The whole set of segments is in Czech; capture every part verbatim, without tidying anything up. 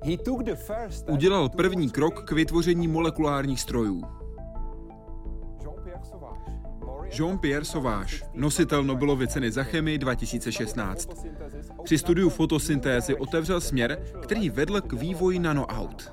Udělal první krok k vytvoření molekulárních strojů. Jean-Pierre Sauvage, nositel Nobelovy ceny za chemii dva tisíce šestnáct. Při studiu fotosyntézy otevřel směr, který vedl k vývoji nanoaut.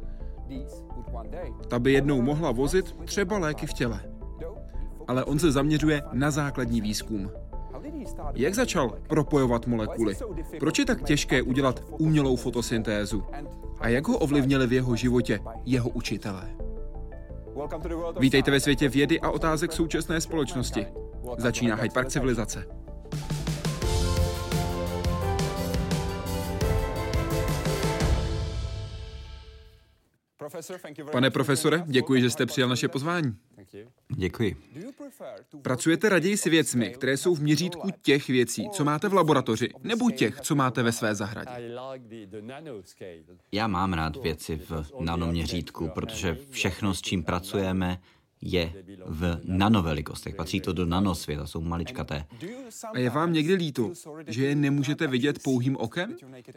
Ta by jednou mohla vozit třeba léky v těle. Ale on se zaměřuje na základní výzkum. Jak začal propojovat molekuly? Proč je tak těžké udělat umělou fotosyntézu? A jak ho ovlivnili v jeho životě jeho učitelé? Vítejte ve světě vědy a otázek současné společnosti. Začíná Hyde Park civilizace. Pane profesore, děkuji, že jste přijal naše pozvání. Děkuji. Pracujete raději s věcmi, které jsou v měřítku těch věcí, co máte v laboratoři, nebo těch, co máte ve své zahradě? Já mám rád věci v nanoměřítku, protože všechno, s čím pracujeme, je v nanovelikostech. Patří to do nanosvěta, jsou maličkaté. A je vám někdy líto, že je nemůžete vidět pouhým okem?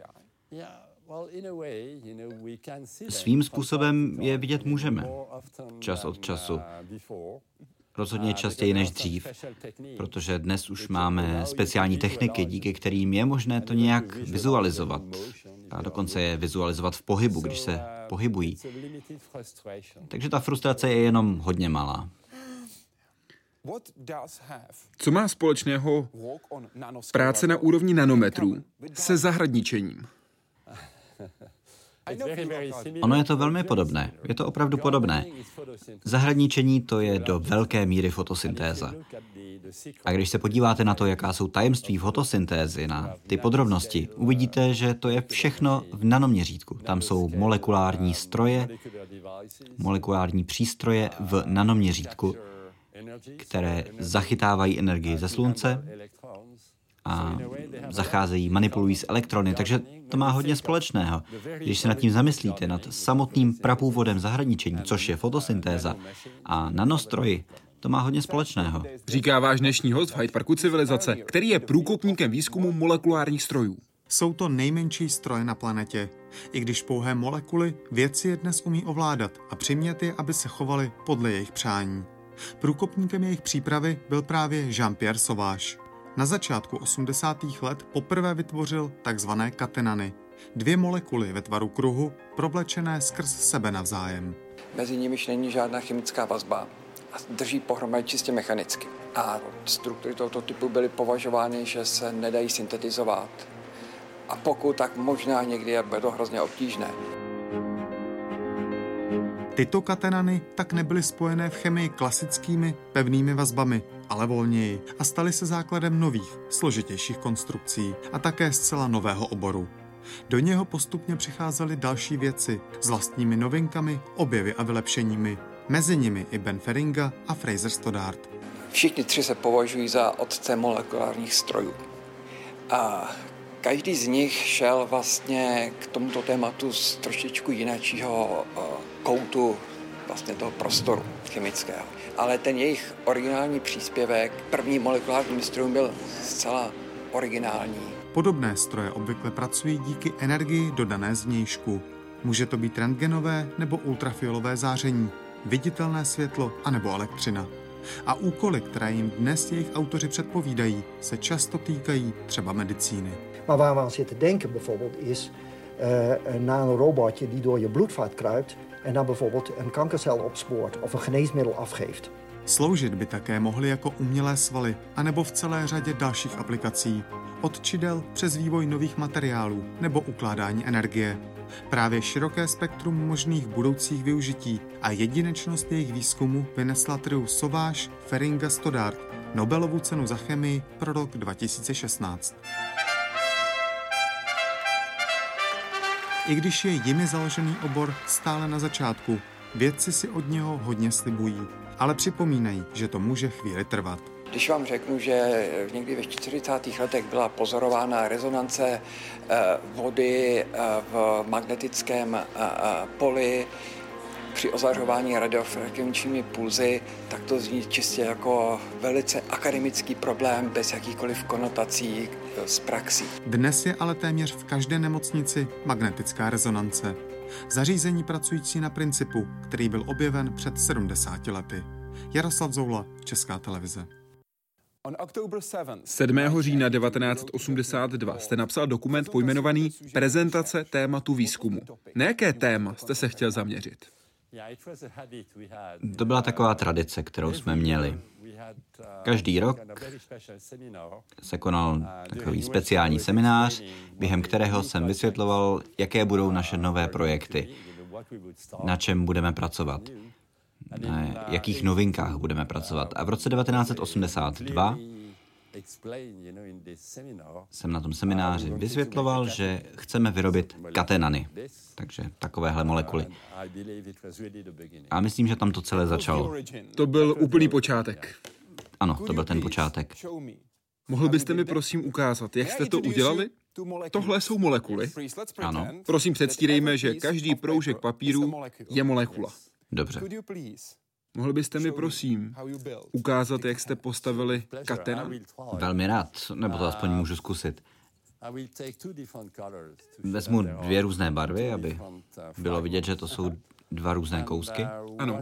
Svým způsobem je vidět můžeme. Čas od času. Rozhodně častěji než dřív, protože dnes už máme speciální techniky, díky kterým je možné to nějak vizualizovat. A dokonce je vizualizovat v pohybu, když se pohybují. Takže ta frustrace je jenom hodně malá. Co má společného práce na úrovni nanometrů se zahradničením? Ono je to velmi podobné. Je to opravdu podobné. Zahradničení to je do velké míry fotosyntéza. A když se podíváte na to, jaká jsou tajemství fotosyntézy, na ty podrobnosti, uvidíte, že to je všechno v nanoměřítku. Tam jsou molekulární stroje, molekulární přístroje v nanoměřítku, které zachytávají energii ze slunce a zacházejí, manipulují s elektrony, takže to má hodně společného. Když se nad tím zamyslíte, nad samotným prapůvodem zahradničení, což je fotosyntéza, a nanostroji, to má hodně společného. Říká váš dnešní host v Hyde Parku civilizace, který je průkopníkem výzkumu molekulárních strojů. Jsou to nejmenší stroje na planetě. I když pouhé molekuly vědci je dnes umí ovládat a přimět je, aby se chovali podle jejich přání. Průkopníkem jejich přípravy byl právě Jean-Pierre Sauvage. Na začátku osmdesátých let poprvé vytvořil takzvané katenany, dvě molekuly ve tvaru kruhu, provlečené skrz sebe navzájem. Mezi nimiž není žádná chemická vazba a drží pohromadě čistě mechanicky. A struktury tohoto typu byly považovány, že se nedají syntetizovat. A pokud, tak možná někdy je to hrozně obtížné. Tyto katenany tak nebyly spojené v chemii klasickými pevnými vazbami, ale volněji a staly se základem nových, složitějších konstrukcí a také zcela nového oboru. Do něho postupně přicházely další věci s vlastními novinkami, objevy a vylepšeními. Mezi nimi i Ben Feringa a Fraser Stoddart. Všichni tři se považují za otce molekulárních strojů. A každý z nich šel vlastně k tomuto tématu z trošičku jiného koutu vlastně toho prostoru chemického. Ale ten jejich originální příspěvek první molekulárním strojům byl zcela originální. Podobné stroje obvykle pracují díky energii dodané zvnějšku. Může to být rentgenové nebo ultrafialové záření, viditelné světlo anebo elektřina. A úkoly, které jim dnes jejich autoři předpovídají, se často týkají třeba medicíny. Maar waar we aan zitten denken bijvoorbeeld is uh, een nanorobotje die door je bloedvat kruipt en dan bijvoorbeeld een kankercel opspoort of een geneesmiddel afgeeft. Sloužit by také mohly jako umělé svaly, anebo v celé řadě dalších aplikací. Od čidel přes vývoj nových materiálů nebo ukládání energie. Právě široké spektrum možných budoucích využití a jedinečnost jejich výzkumu vynesla triu Sauvage, Feringa, Stoddart Nobelovu cenu za chemii pro rok dva tisíce šestnáct. I když je jimi založený obor stále na začátku, vědci si od něho hodně slibují, ale připomínají, že to může chvíli trvat. Když vám řeknu, že někdy ve čtyřicátých letech byla pozorována rezonance vody v magnetickém poli při ozařování radiofrekvenčními pulzy, tak to zní čistě jako velice akademický problém bez jakýchkoliv konotací z praxí. Dnes je ale téměř v každé nemocnici magnetická rezonance. Zařízení pracující na principu, který byl objeven před sedmdesáti lety. Jaroslav Zoula, Česká televize. sedmého října devatenáct osmdesát dva jste napsal dokument pojmenovaný Prezentace tématu výzkumu. Na jaké téma jste se chtěl zaměřit? To byla taková tradice, kterou jsme měli. Každý rok se konal takový speciální seminář, během kterého jsem vysvětloval, jaké budou naše nové projekty, na čem budeme pracovat, na jakých novinkách budeme pracovat. A v roce devatenáct osmdesát dva jsem na tom semináři vysvětloval, že chceme vyrobit katenany, takže takovéhle molekuly. A myslím, že tam to celé začalo. To byl úplný počátek. Ano, to byl ten počátek. Mohl byste mi prosím ukázat, jak jste to udělali? Tohle jsou molekuly. Ano. Prosím, předstírejme, že každý proužek papíru je molekula. Dobře. Mohl byste mi prosím ukázat, jak jste postavili katenan? Velmi rád, nebo to aspoň můžu zkusit. Vezmu dvě různé barvy, aby bylo vidět, že to jsou dva různé kousky. Ano.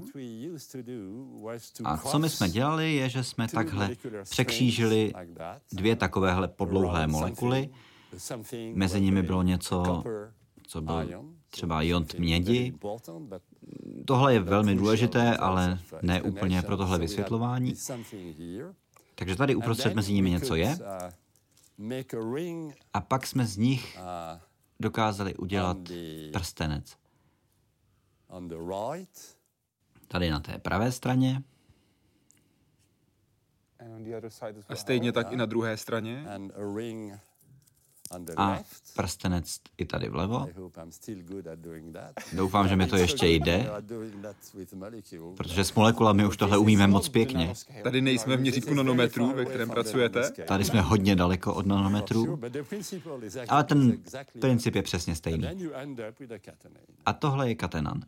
A co my jsme dělali, je, že jsme takhle překřížili dvě takovéhle podlouhlé molekuly. Mezi nimi bylo něco, co byl třeba iont mědi. Tohle je velmi důležité, ale ne úplně pro tohle vysvětlování. Takže tady uprostřed mezi nimi něco je. A pak jsme z nich dokázali udělat prstenec. Tady na té pravé straně. A stejně tak i na druhé straně. A prstenec i tady vlevo. Doufám, že mi to ještě jde, protože s molekulami už tohle umíme moc pěkně. Tady nejsme v měřítku nanometrů, ve kterém pracujete. Tady jsme hodně daleko od nanometrů, ale ten princip je přesně stejný. A tohle je katenan.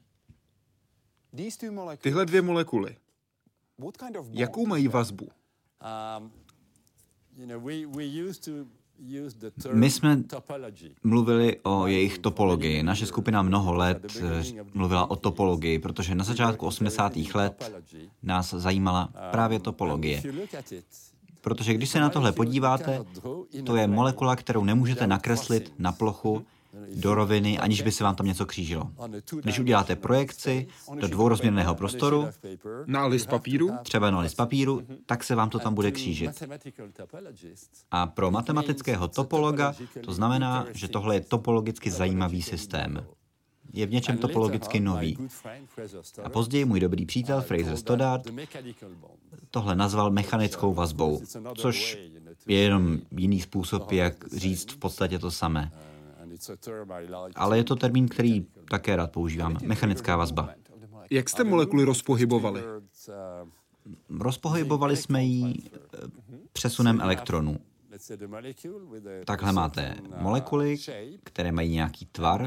Tyhle dvě molekuly, jakou mají vazbu? My jsme mluvili o jejich topologii. Naše skupina mnoho let mluvila o topologii, protože na začátku osmdesátých let nás zajímala právě topologie. Protože když se na tohle podíváte, to je molekula, kterou nemůžete nakreslit na plochu do roviny, aniž by se vám tam něco křížilo. Když uděláte projekci do dvourozměrného prostoru, na list papíru, třeba na list papíru, tak se vám to tam bude křížit. A pro matematického topologa to znamená, že tohle je topologicky zajímavý systém. Je v něčem topologicky nový. A později můj dobrý přítel Fraser Stoddart tohle nazval mechanickou vazbou, což je jenom jiný způsob, jak říct v podstatě to samé. Ale je to termín, který také rád používám. Mechanická vazba. Jak jste molekuly rozpohybovali? Rozpohybovali jsme ji přesunem elektronů. Takhle máte molekuly, které mají nějaký tvar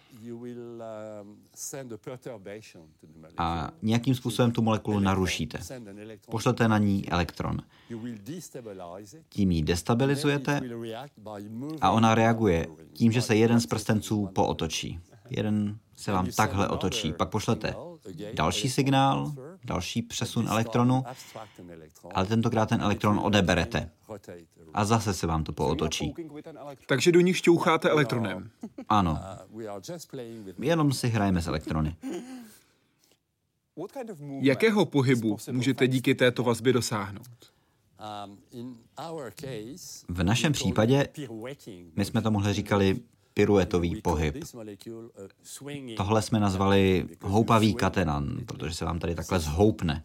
a nějakým způsobem tu molekulu narušíte. Pošlete na ní elektron. Tím ji destabilizujete a ona reaguje tím, že se jeden z prstenců pootočí. Jeden se vám takhle otočí. Pak pošlete další signál, další přesun elektronu, ale tentokrát ten elektron odeberete. A zase se vám to pootočí. Takže do nich šťoucháte elektronem. Ano. Jenom si hrajeme s elektrony. Jakého pohybu můžete díky této vazbě dosáhnout? V našem případě my jsme tomuhle říkali piruetový pohyb. Tohle jsme nazvali houpavý katenan, protože se vám tady takhle zhoupne.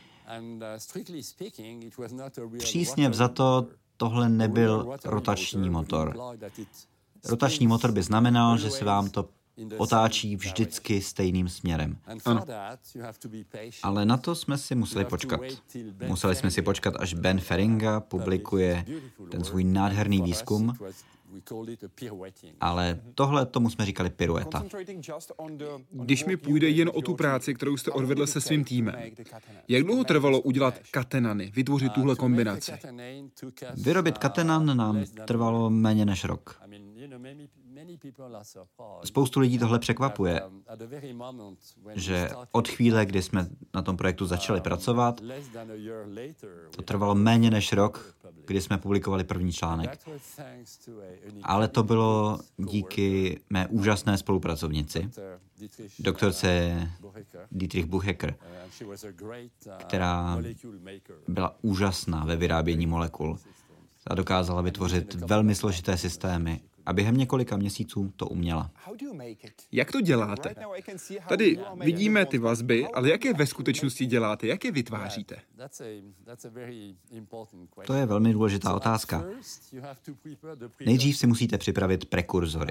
Přísně vzato tohle nebyl rotační motor. Rotační motor by znamenal, že se vám to otáčí vždycky stejným směrem. Ano. Ale na to jsme si museli počkat. Museli jsme si počkat, až Ben Feringa publikuje ten svůj nádherný výzkum Ale tohle tomu jsme říkali pirueta. Když mi půjde jen o tu práci, kterou jste odvedl se svým týmem, jak dlouho trvalo udělat katenany, vytvořit tuhle kombinaci? Vyrobit katenan nám trvalo méně než rok. Spoustu lidí tohle překvapuje, že od chvíle, kdy jsme na tom projektu začali pracovat, to trvalo méně než rok, kdy jsme publikovali první článek. Ale to bylo díky mé úžasné spolupracovnici, doktorce Dietrich Buchecker, která byla úžasná ve vyrábění molekul a dokázala vytvořit velmi složité systémy a během několika měsíců to uměla. Jak to děláte? Tady vidíme ty vazby, ale jak je ve skutečnosti děláte? Jak je vytváříte? To je velmi důležitá otázka. Nejdřív si musíte připravit prekurzory.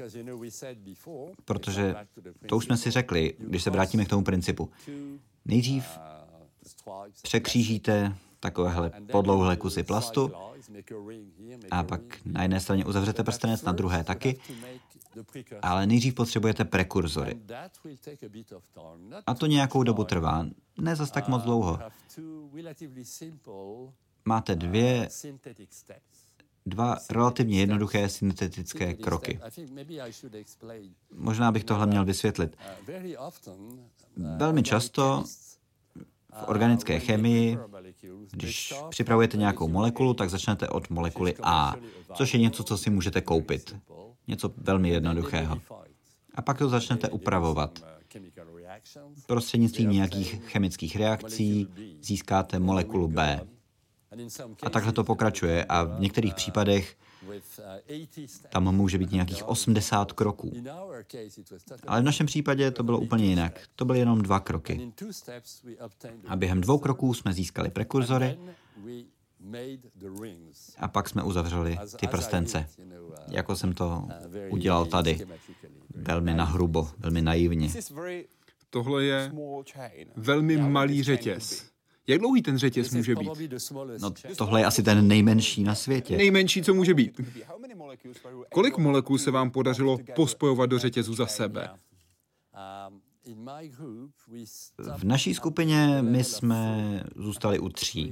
Protože to už jsme si řekli, když se vrátíme k tomu principu. Nejdřív překřížíte takovéhle podlouhlé kusy plastu a pak na jedné straně uzavřete prstenec, na druhé taky, ale nejdřív potřebujete prekurzory. A to nějakou dobu trvá, ne zas tak moc dlouho. Máte dvě, dva relativně jednoduché syntetické kroky. Možná bych tohle měl vysvětlit. Velmi často v organické chemii, když připravujete nějakou molekulu, tak začnete od molekuly A, což je něco, co si můžete koupit. Něco velmi jednoduchého. A pak to začnete upravovat. Prostřednictvím nějakých chemických reakcí získáte molekulu B. A takhle to pokračuje a v některých případech tam může být nějakých osmdesát kroků. Ale v našem případě to bylo úplně jinak. To byly jenom dva kroky. A během dvou kroků jsme získali prekurzory a pak jsme uzavřeli ty prstence. Jako jsem to udělal tady. Velmi nahrubo, velmi naivně. Tohle je velmi malý řetěz. Jak dlouhý ten řetěz může být? No, tohle je asi ten nejmenší na světě. Nejmenší, co může být. Kolik molekul se vám podařilo pospojovat do řetězu za sebe? V naší skupině my jsme zůstali u tří.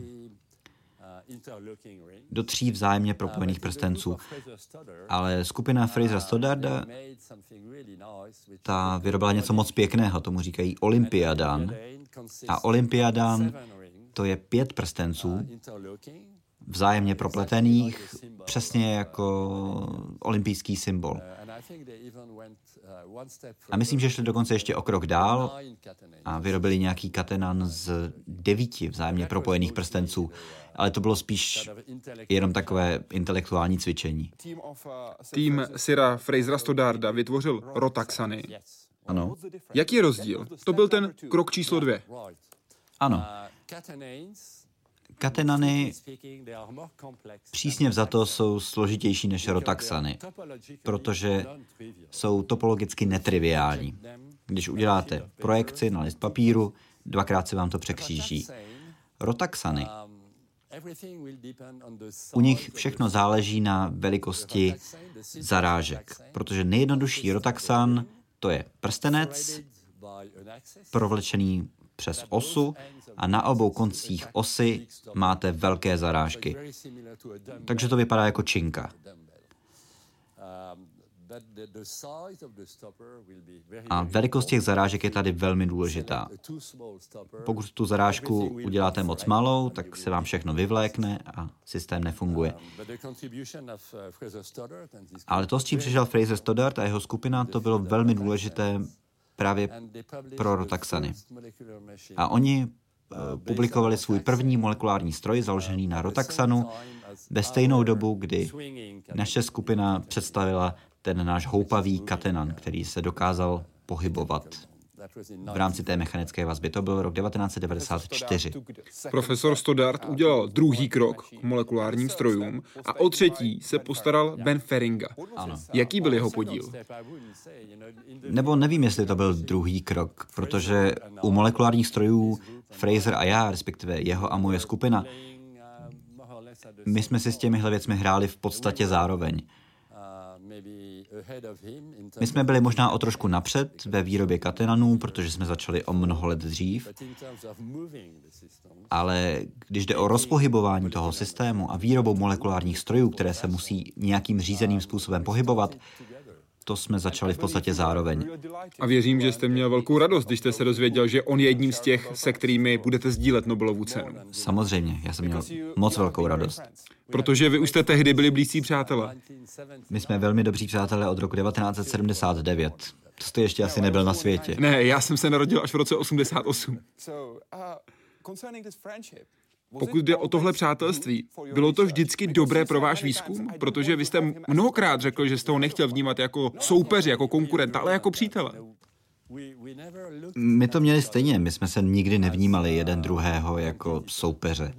Do tří vzájemně propojených prstenců. Ale skupina Frasera Stoddarda, ta vyrobila něco moc pěkného, tomu říkají Olympiadan. A Olympiadan to je pět prstenců, vzájemně propletených, přesně jako olympijský symbol. A myslím, že šli dokonce ještě o krok dál a vyrobili nějaký katenan z devíti vzájemně propojených prstenců, ale to bylo spíš jenom takové intelektuální cvičení. Tým Sira Frasera Stoddarda vytvořil rotaxany. Ano. Jaký je rozdíl? To byl ten krok číslo dvě. Ano. Katenany přísně vzato jsou složitější než rotaxany, protože jsou topologicky netriviální. Když uděláte projekci na list papíru, dvakrát se vám to překříží. Rotaxany, u nich všechno záleží na velikosti zarážek, protože nejjednodušší rotaxan to je prstenec provlečený přes osu a na obou koncích osy máte velké zarážky. Takže to vypadá jako činka. A velikost těch zarážek je tady velmi důležitá. Pokud tu zarážku uděláte moc malou, tak se vám všechno vyvlékne a systém nefunguje. Ale to, s čím přišel Fraser Stoddard a jeho skupina, to bylo velmi důležité právě pro rotaxany. A oni publikovali svůj první molekulární stroj založený na rotaxanu ve stejnou dobu, kdy naše skupina představila ten náš houpavý katenan, který se dokázal pohybovat v rámci té mechanické vazby. To byl rok devatenáct set devadesát čtyři. Profesor Stoddard udělal druhý krok k molekulárním strojům a o třetí se postaral Ben Feringa. Ano. Jaký byl jeho podíl? Nebo nevím, jestli to byl druhý krok, protože u molekulárních strojů Fraser a já, respektive jeho a moje skupina, my jsme si s těmihle věcmi hráli v podstatě zároveň. My jsme byli možná o trošku napřed ve výrobě katenanů, protože jsme začali o mnoho let dřív, ale když jde o rozpohybování toho systému a výrobu molekulárních strojů, které se musí nějakým řízeným způsobem pohybovat, to jsme začali v podstatě zároveň. A věřím, že jste měl velkou radost, když jste se dozvěděl, že on je jedním z těch, se kterými budete sdílet Nobelovu cenu. Samozřejmě, já jsem měl moc velkou radost. Protože vy už jste tehdy byli blízcí přátelé. My jsme velmi dobří přátelé od roku devatenáct set sedmdesát devět. To jste ještě asi nebyl na světě. Ne, já jsem se narodil až v roce osmdesát osm. Pokud jde o tohle přátelství, bylo to vždycky dobré pro váš výzkum? Protože vy jste mnohokrát řekl, že jste ho nechtěl vnímat jako soupeře, jako konkurenta, ale jako přítele. My to měli stejně, my jsme se nikdy nevnímali jeden druhého jako soupeře.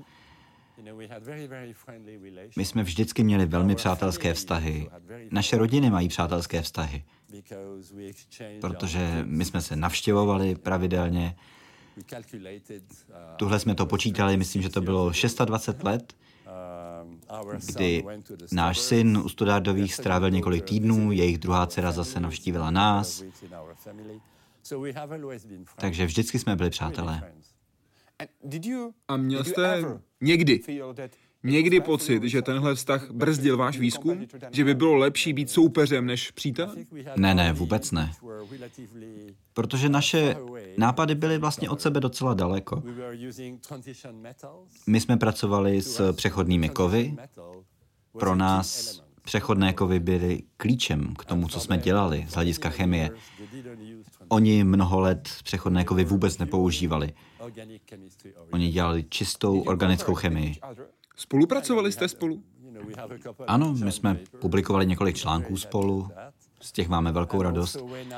My jsme vždycky měli velmi přátelské vztahy. Naše rodiny mají přátelské vztahy, protože my jsme se navštěvovali pravidelně. Tuhle jsme to počítali, myslím, že to bylo dvacet šest let, kdy náš syn u Studardových strávil několik týdnů, jejich druhá dcera zase navštívila nás. Takže vždycky jsme byli přátelé. A měl jste někdy, někdy pocit, že tenhle vztah brzdil váš výzkum? Že by bylo lepší být soupeřem než přítelem? Ne, ne, vůbec ne. Protože naše nápady byly vlastně od sebe docela daleko. My jsme pracovali s přechodnými kovy. Pro nás přechodné kovy byly klíčem k tomu, co jsme dělali z hlediska chemie. Oni mnoho let přechodné kovy vůbec nepoužívali. Oni dělali čistou organickou chemii. Spolupracovali jste spolu? Ano, my jsme publikovali několik článků spolu, z těch máme velkou radost.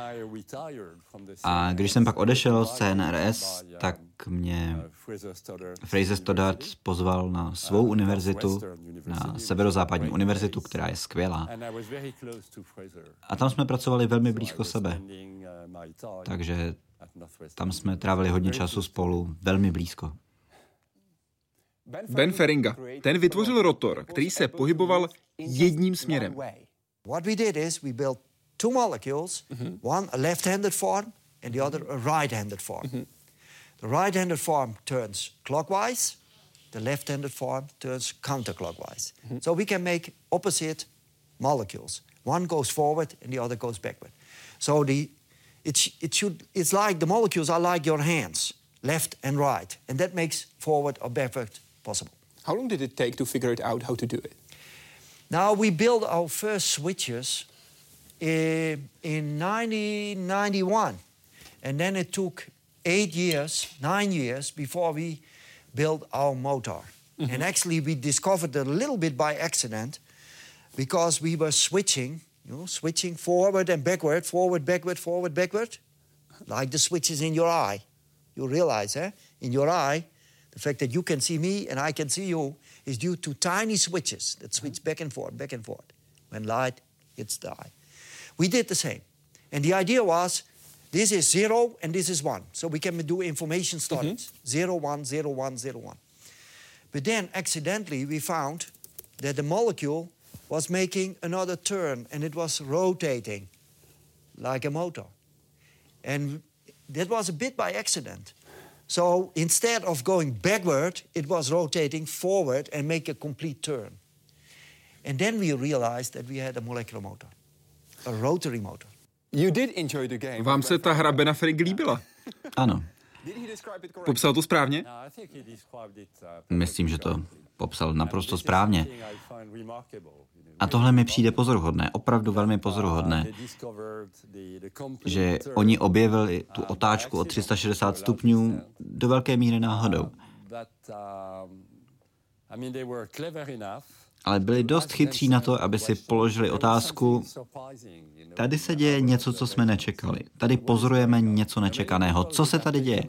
A když jsem pak odešel z C N R S, tak mě Fraser Stoddart pozval na svou univerzitu, na Severozápadní univerzitu, která je skvělá. A tam jsme pracovali velmi blízko sebe. Takže tam jsme trávili hodně času spolu, velmi blízko. Ben Feringa, ten vytvořil rotor, který se pohyboval jedním směrem. What we did is we built two molecules, mm-hmm. one a left-handed form and the other a right-handed form. Mm-hmm. The right-handed form turns clockwise, the left-handed form turns counterclockwise. Mm-hmm. So we can make opposite molecules. One goes forward and the other goes backward. So the it, it should it's like the molecules are like your hands, left and right, and that makes forward or backward possible. How long did it take to figure it out how to do it? Now, we built our first switches in, in nineteen ninety-one. And then it took eight years, nine years before we built our motor. Mm-hmm. And actually, we discovered it a little bit by accident because we were switching, you know, switching forward and backward, forward, backward, forward, backward, like the switches in your eye. You realize, eh? In your eye, the fact that you can see me and I can see you is due to tiny switches that switch back and forth, back and forth, when light hits the eye. We did the same. And the idea was, this is zero and this is one. So we can do information studies. Mm-hmm. Zero, one, zero, one, zero, one. But then, accidentally, we found that the molecule was making another turn and it was rotating like a motor. And that was a bit by accident. So instead of going backward, it was rotating forward and make a complete turn. And then we realized that we had a molecular motor, a rotary motor. You did enjoy the game. Vám se ta hra Bena Feringy líbila? Ano. Popsal to správně? Myslím, že to popsal naprosto správně. A tohle mi přijde pozoruhodné, opravdu velmi pozoruhodné, že oni objevili tu otáčku o tři sta šedesát stupňů do velké míry náhodou. Ale byli dost chytří na to, aby si položili otázku, tady se děje něco, co jsme nečekali. Tady pozorujeme něco nečekaného. Co se tady děje?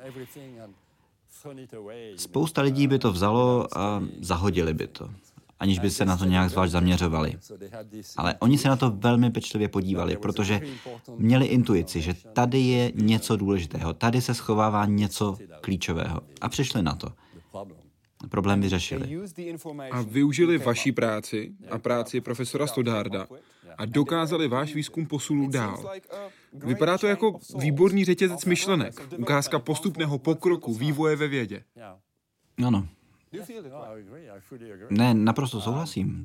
Spousta lidí by to vzalo a zahodili by to, aniž by se na to nějak zvlášť zaměřovali. Ale oni se na to velmi pečlivě podívali, protože měli intuici, že tady je něco důležitého, tady se schovává něco klíčového. A přišli na to. problém vyřešili. A využili vaši práci a práci profesora Stoddarda a dokázali váš výzkum posunout dál. Vypadá to jako výborný řetězec myšlenek, ukázka postupného pokroku, vývoje ve vědě. Ano. Ne, naprosto souhlasím.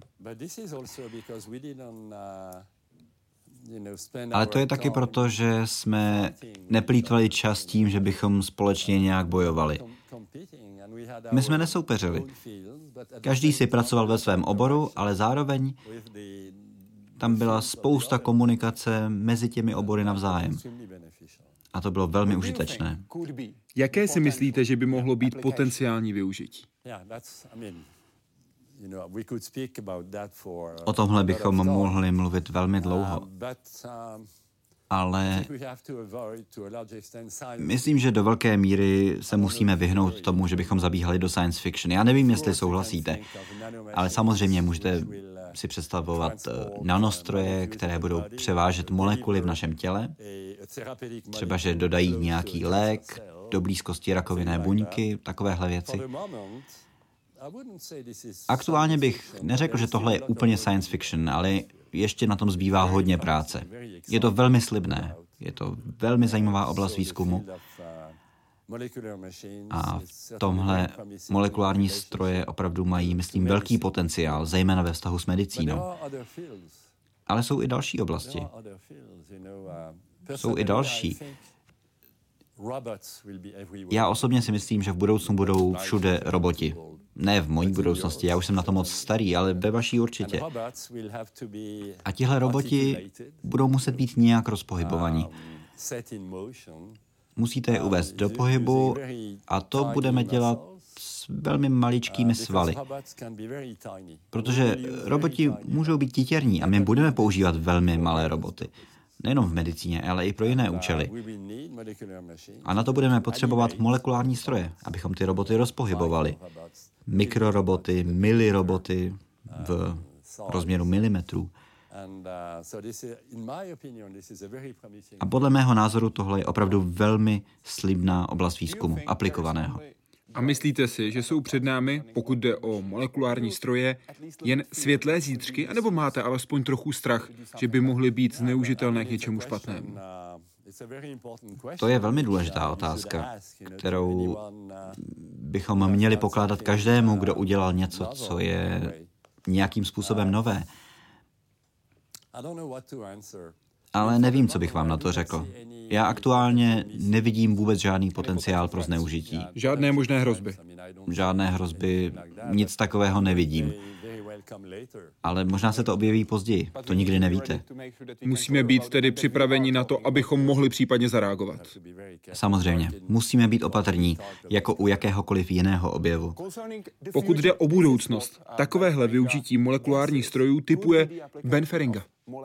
Ale to je taky proto, že jsme neplýtvali čas tím, že bychom společně nějak bojovali. My jsme nesoupeřili. Každý si pracoval ve svém oboru, ale zároveň tam byla spousta komunikace mezi těmi obory navzájem. A to bylo velmi užitečné. Jaké si myslíte, že by mohlo být potenciální využití? O tomhle bychom mohli mluvit velmi dlouho. Ale myslím, že do velké míry se musíme vyhnout tomu, že bychom zabíhali do science fiction. Já nevím, jestli souhlasíte, ale samozřejmě můžete si představovat nanostroje, které budou převážet molekuly v našem těle. Třeba, že dodají nějaký lék do blízkosti rakovinné buňky, takovéhle věci. Aktuálně bych neřekl, že tohle je úplně science fiction, ale ještě na tom zbývá hodně práce. Je to velmi slibné, je to velmi zajímavá oblast výzkumu a v tomhle molekulární stroje opravdu mají, myslím, velký potenciál, zejména ve vztahu s medicínou. Ale jsou i další oblasti. Jsou i další. Já osobně si myslím, že v budoucnu budou všude roboti. Ne v mojí budoucnosti, já už jsem na to moc starý, ale ve vaší určitě. A tihle roboti budou muset být nějak rozpohybovaní. Musíte je uvést do pohybu a to budeme dělat s velmi maličkými svaly. Protože roboti můžou být titěrní a my budeme používat velmi malé roboty. Nejenom v medicíně, ale i pro jiné účely. A na to budeme potřebovat molekulární stroje, abychom ty roboty rozpohybovali. Mikroroboty, miliroboty v rozměru milimetrů. A podle mého názoru tohle je opravdu velmi slibná oblast výzkumu, aplikovaného. A myslíte si, že jsou před námi, pokud jde o molekulární stroje, jen světlé zítřky, anebo máte alespoň trochu strach, že by mohly být zneužitelné k něčemu špatnému? To je velmi důležitá otázka, kterou bychom měli pokládat každému, kdo udělal něco, co je nějakým způsobem nové. Ale nevím, co bych vám na to řekl. Já aktuálně nevidím vůbec žádný potenciál pro zneužití. Žádné možné hrozby. Žádné hrozby, nic takového nevidím. Ale možná se to objeví později, to nikdy nevíte. Musíme být tedy připraveni na to, abychom mohli případně zareagovat. Samozřejmě, musíme být opatrní, jako u jakéhokoliv jiného objevu. Pokud jde o budoucnost, takovéhle využití molekulárních strojů typuje Ben Feringa.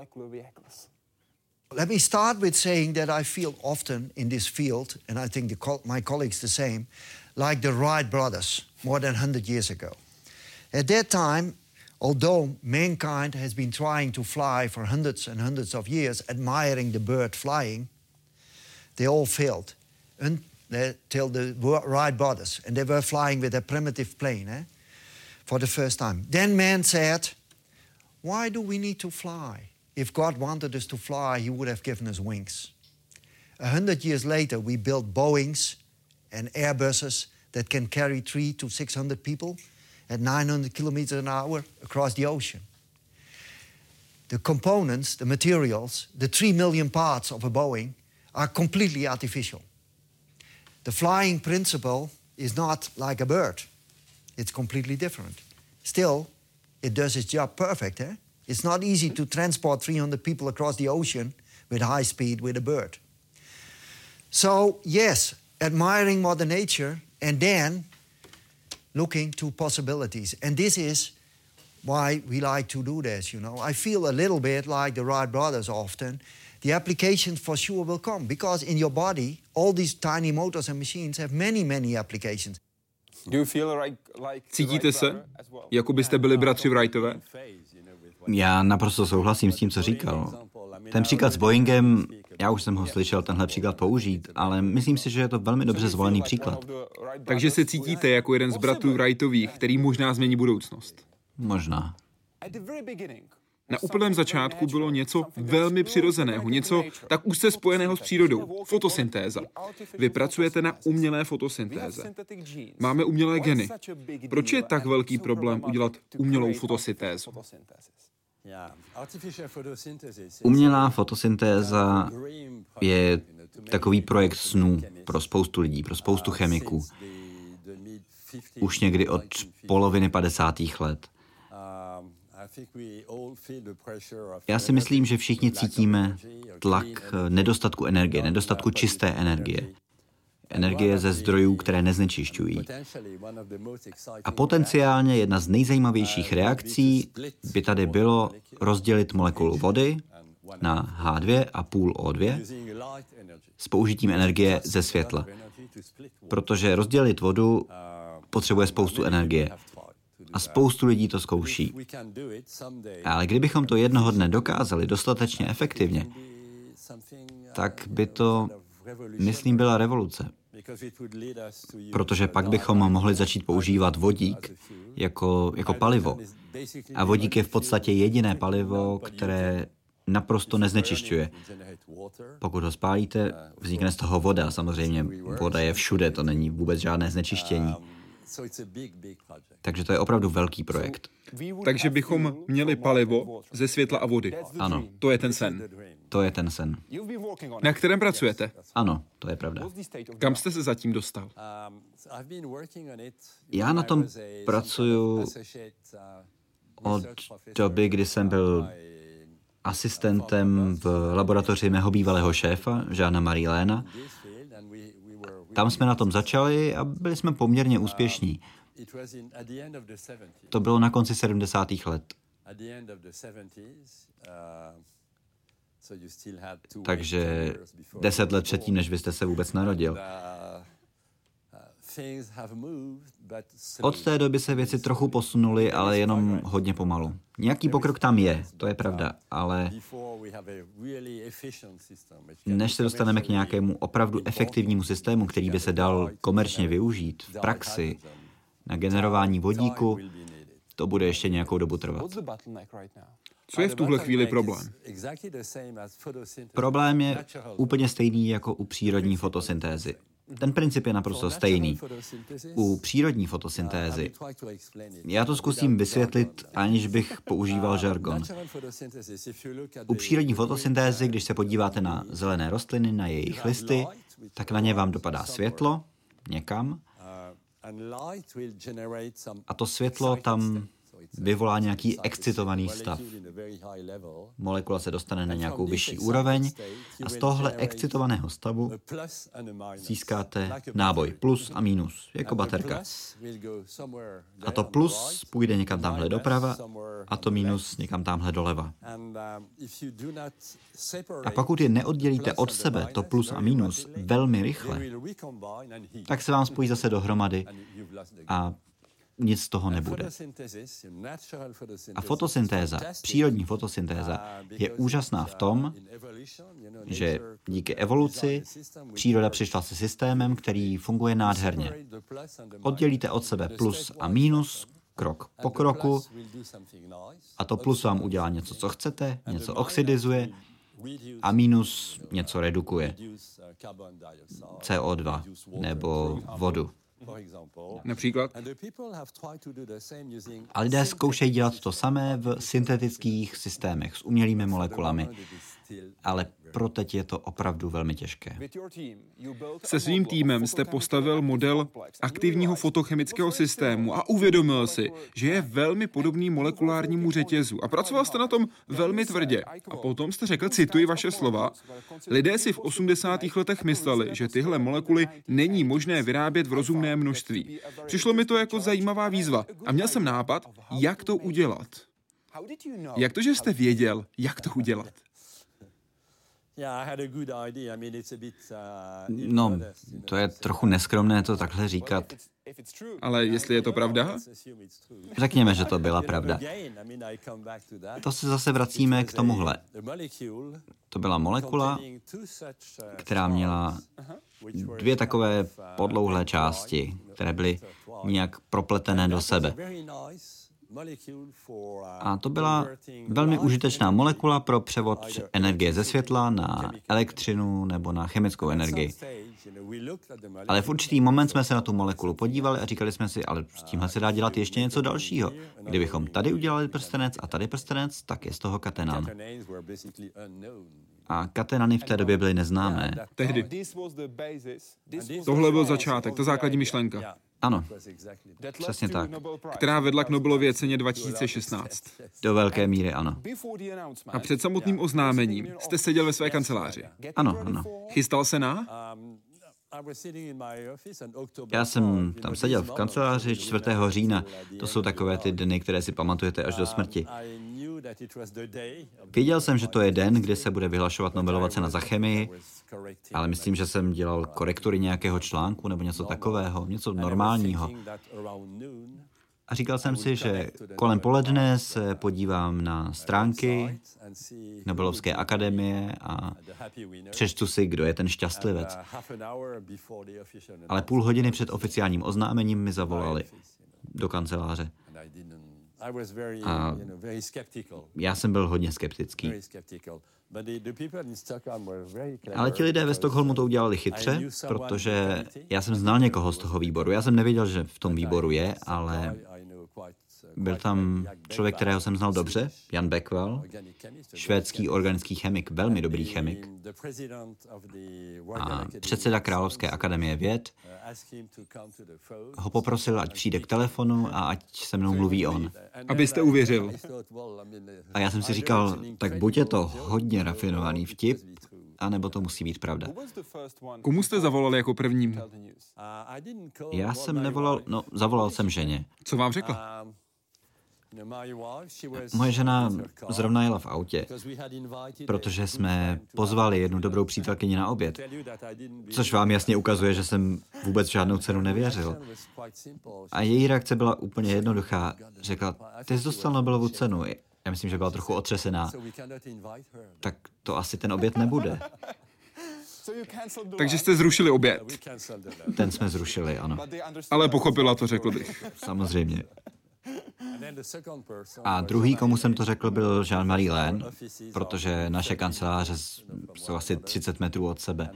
Let me start with saying that I feel often in this field, and I think the co- my colleagues the same, like the Wright brothers more than one hundred years ago. At that time, although mankind has been trying to fly for hundreds and hundreds of years, admiring the bird flying, they all failed until the Wright brothers, and they were flying with a primitive plane eh, for the first time. Then man said, why do we need to fly? If God wanted us to fly, he would have given us wings. A hundred years later, we built Boeings and Airbuses that can carry three to six hundred people at nine hundred kilometers an hour across the ocean. The components, the materials, the three million parts of a Boeing are completely artificial. The flying principle is not like a bird. It's completely different. Still, it does its job perfect, eh? It's not easy to transport three hundred people across the ocean with high speed with a bird. So, yes, admiring Mother Nature and then looking to possibilities. And this is why we like to do this, you know. I feel a little bit like the Wright brothers often. The applications for sure will come because in your body, all these tiny motors and machines have many, many applications. Cítíte se, jako byste byli bratři Wrightové? Já naprosto souhlasím s tím, co říkal. Ten příklad s Boeingem Já už jsem ho slyšel tenhle příklad použít, ale myslím si, že je to velmi dobře zvolený příklad. Takže se cítíte jako jeden z bratrů Wrightových, který možná změní budoucnost. Možná. Na úplném začátku bylo něco velmi přirozeného, něco tak úzce spojeného s přírodou. Fotosyntéza. Vy pracujete na umělé fotosyntéze. Máme umělé geny. Proč je tak velký problém udělat umělou fotosyntézu? Umělá fotosyntéza je takový projekt snů pro spoustu lidí, pro spoustu chemiků. Už někdy od poloviny padesátých let. Já si myslím, že všichni cítíme tlak nedostatku energie, nedostatku čisté energie. Energie ze zdrojů, které neznečišťují. A potenciálně jedna z nejzajímavějších reakcí by tady bylo rozdělit molekulu vody na H dva a půl O dva s použitím energie ze světla. Protože rozdělit vodu potřebuje spoustu energie. A spoustu lidí to zkouší. Ale kdybychom to jednoho dne dokázali dostatečně efektivně, tak by to, myslím, byla revoluce. Protože pak bychom mohli začít používat vodík jako, jako palivo. A vodík je v podstatě jediné palivo, které naprosto neznečišťuje. Pokud ho spálíte, vznikne z toho voda. Samozřejmě voda je všude, to není vůbec žádné znečištění. Takže to je opravdu velký projekt. Takže bychom měli palivo ze světla a vody. Ano. To je ten sen. To je ten sen. Na kterém pracujete? Ano, to je pravda. Kam jste se zatím dostal? Já na tom pracuju od doby, kdy jsem byl asistentem v laboratoři mého bývalého šéfa, Jeana Marie Léna. Tam jsme na tom začali a byli jsme poměrně úspěšní. To bylo na konci sedmdesátých let. Takže deset let předtím, než vy jste se vůbec narodil. Od té doby se věci trochu posunuly, ale jenom hodně pomalu. Nějaký pokrok tam je, to je pravda, ale než se dostaneme k nějakému opravdu efektivnímu systému, který by se dal komerčně využít v praxi na generování vodíku, to bude ještě nějakou dobu trvat. Co je v tuhle chvíli problém? Problém je úplně stejný jako u přírodní fotosyntézy. Ten princip je naprosto stejný. U přírodní fotosyntézy. Já to zkusím vysvětlit, aniž bych používal žargon. U přírodní fotosyntézy, když se podíváte na zelené rostliny, na jejich listy, tak na ně vám dopadá světlo někam a to světlo tam vyvolá nějaký excitovaný stav. Molekula se dostane na nějakou vyšší úroveň a z tohohle excitovaného stavu získáte náboj plus a minus, jako baterka. A to plus půjde někam tamhle doprava a to minus někam tamhle doleva. A pokud je neoddělíte od sebe, to plus a minus, velmi rychle, tak se vám spojí zase dohromady a nic z toho nebude. A fotosyntéza, přírodní fotosyntéza, je úžasná v tom, že díky evoluci příroda přišla se systémem, který funguje nádherně. Oddělíte od sebe plus a minus, krok po kroku, a to plus vám udělá něco, co chcete, něco oxidizuje, a minus něco redukuje. C O dva nebo vodu. Například? A lidé zkoušejí dělat to samé v syntetických systémech s umělými molekulami, ale pro teď je to opravdu velmi těžké. Se svým týmem jste postavil model aktivního fotochemického systému a uvědomil si, že je velmi podobný molekulárnímu řetězu a pracoval jste na tom velmi tvrdě. A potom jste řekl, cituji vaše slova, lidé si v osmdesátých letech mysleli, že tyhle molekuly není možné vyrábět v rozumné množství. Přišlo mi to jako zajímavá výzva a měl jsem nápad, jak to udělat. Jak to, že jste věděl, jak to udělat? No, to je trochu neskromné to takhle říkat. Ale jestli je to pravda? Řekněme, že to byla pravda. To se zase vracíme k tomuhle. To byla molekula, která měla dvě takové podlouhlé části, které byly nějak propletené do sebe. A to byla velmi užitečná molekula pro převod energie ze světla na elektřinu nebo na chemickou energii. Ale v určitý moment jsme se na tu molekulu podívali a říkali jsme si, ale s tímhle se dá dělat ještě něco dalšího. Kdybychom tady udělali prstenec a tady prstenec, tak je z toho katenan. A katenany v té době byly neznámé. Tehdy. Tohle byl začátek, ta základní myšlenka. Ano, přesně tak. Která vedla k Nobelově ceně dva tisíce šestnáct. Do velké míry ano. A před samotným oznámením jste seděl ve své kanceláři. Ano, ano. Chystal se na? Já jsem tam seděl v kanceláři čtvrtého října. To jsou takové ty dny, které si pamatujete až do smrti. Věděl jsem, že to je den, kdy se bude vyhlašovat Nobelova cena za chemii, ale myslím, že jsem dělal korektury nějakého článku nebo něco takového, něco normálního. A říkal jsem si, že kolem poledne se podívám na stránky Nobelovské akademie a přečtu si, kdo je ten šťastlivec. Ale půl hodiny před oficiálním oznámením mi zavolali do kanceláře. A já jsem byl hodně skeptický. Ale ti lidé ve Stockholmu to udělali chytře, protože já jsem znal někoho z toho výboru. Já jsem nevěděl, že v tom výboru je, ale byl tam člověk, kterého jsem znal dobře, Jan Beckwell, švédský organický chemik, velmi dobrý chemik. A předseda Královské akademie věd ho poprosil, ať přijde k telefonu a ať se mnou mluví on. Abyste uvěřil. A já jsem si říkal, tak buď je to hodně rafinovaný vtip, anebo to musí být pravda. Komu jste zavolali jako prvnímu? Já jsem nevolal, no, zavolal jsem ženě. Co vám řekla? Moje žena zrovna jela v autě, protože jsme pozvali jednu dobrou přítelkyni na oběd, což vám jasně ukazuje, že jsem vůbec žádnou cenu nevěřil. A její reakce byla úplně jednoduchá. Řekla, ty jsi dostal Nobelovu cenu. Já myslím, že byla trochu otřesená. Tak to asi ten oběd nebude. Takže jste zrušili oběd. Ten jsme zrušili, ano. Ale pochopila to, řekl bych. Samozřejmě. A druhý, komu jsem to řekl, byl Jean-Marie Lehn, protože naše kanceláře jsou asi třicet metrů od sebe.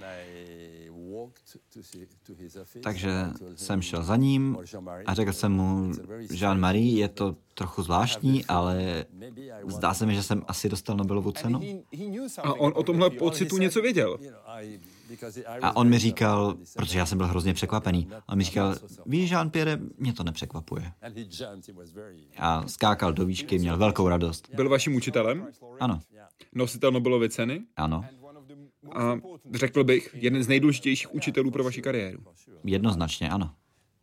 Takže jsem šel za ním a řekl jsem mu, Jean-Marie, je to trochu zvláštní, ale zdá se mi, že jsem asi dostal Nobelovu cenu. A on o tomhle pocitu něco věděl. A on mi říkal, protože já jsem byl hrozně překvapený, on mi říkal, víš, Jean-Pierre, mě to nepřekvapuje. A skákal do výšky, měl velkou radost. Byl vaším učitelem? Ano. Nositel Nobelovy ceny? Ano. A řekl bych, jeden z nejdůležitějších učitelů pro vaši kariéru. Jednoznačně, ano.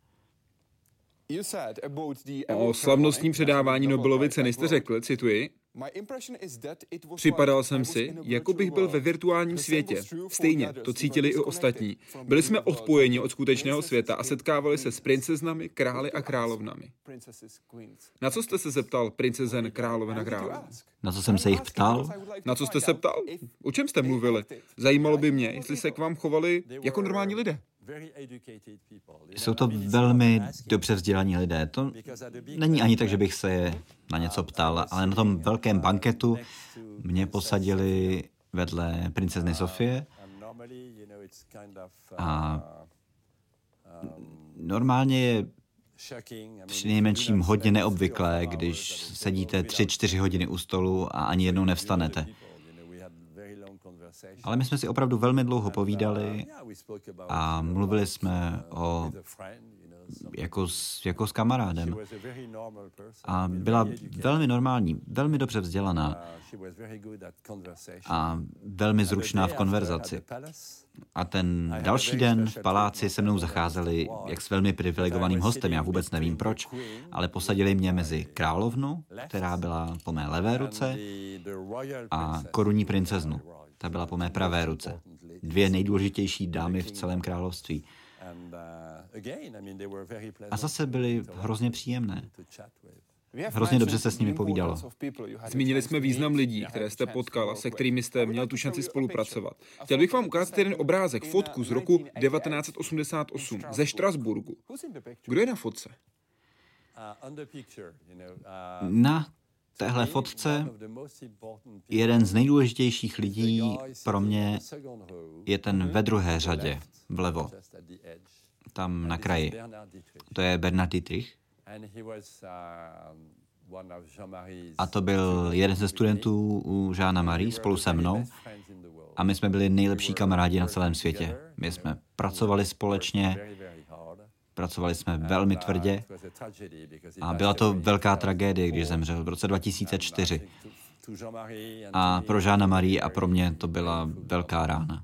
O slavnostním předávání Nobelovy ceny jste řekl, cituji, připadal jsem si, jako bych byl ve virtuálním světě. Stejně, to cítili i ostatní. Byli jsme odpojeni od skutečného světa a setkávali se s princeznami, králi a královnami. Na co jste se zeptal princezen, královen a králů? Na co jsem se jich ptal? Na co jste se ptal? O čem jste mluvili? Zajímalo by mě, jestli se k vám chovali jako normální lidé. Jsou to velmi dobře vzdělaní lidé. To není ani tak, že bych se je na něco ptal, ale na tom velkém banketu mě posadili vedle princezny Sofie a normálně je přinejmenším hodně neobvyklé, když sedíte tři, čtyři hodiny u stolu a ani jednou nevstanete. Ale my jsme si opravdu velmi dlouho povídali a mluvili jsme o jako s, jako s kamarádem. A byla velmi normální, velmi dobře vzdělaná a velmi zručná v konverzaci. A ten další den v paláci se mnou zacházeli jak s velmi privilegovaným hostem, já vůbec nevím proč, ale posadili mě mezi královnu, která byla po mé levé ruce, a korunní princeznu. Ta byla po mé pravé ruce. Dvě nejdůležitější dámy v celém království. A zase byly hrozně příjemné. Hrozně dobře se s nimi povídalo. Zmínili jsme význam lidí, které jste potkal a se kterými jste měl tu šanci spolupracovat. Chtěl bych vám ukázat jeden obrázek, fotku z roku devatenáct set osmdesát osm ze Štrasburgu. Kdo je na fotce? Na téhle fotce jeden z nejdůležitějších lidí pro mě je ten ve druhé řadě, vlevo, tam na kraji. To je Bernard Dietrich. A to byl jeden ze studentů u Jeana Marie spolu se mnou. A my jsme byli nejlepší kamarádi na celém světě. My jsme pracovali společně, pracovali jsme velmi tvrdě a byla to velká tragédie, když zemřel v roce dva tisíce čtyři. A pro Jeana Marie a pro mě to byla velká rána.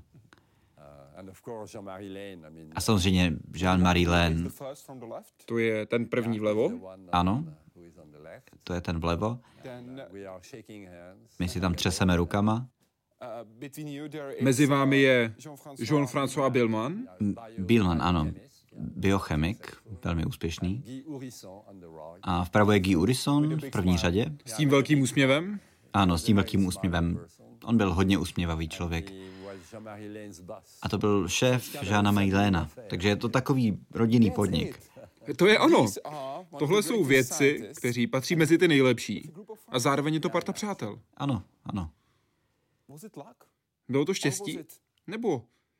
A samozřejmě Jean-Marie Laine. To je ten první vlevo? Ano, to je ten vlevo. My si tam třeseme rukama. Mezi vámi je Jean-François Billman. Billman, ano. Biochemik, velmi úspěšný. A vpravo je Guy Orisson v první řadě. S tím velkým úsměvem? Ano, s tím velkým úsměvem. On byl hodně usměvavý člověk. A to byl šéf Jeana Marie Laina. Takže je to takový rodinný podnik. To je ono. Tohle jsou vědci, kteří patří mezi ty nejlepší. A zároveň je to parta přátel. Ano, ano. Bylo to štěstí? Nebo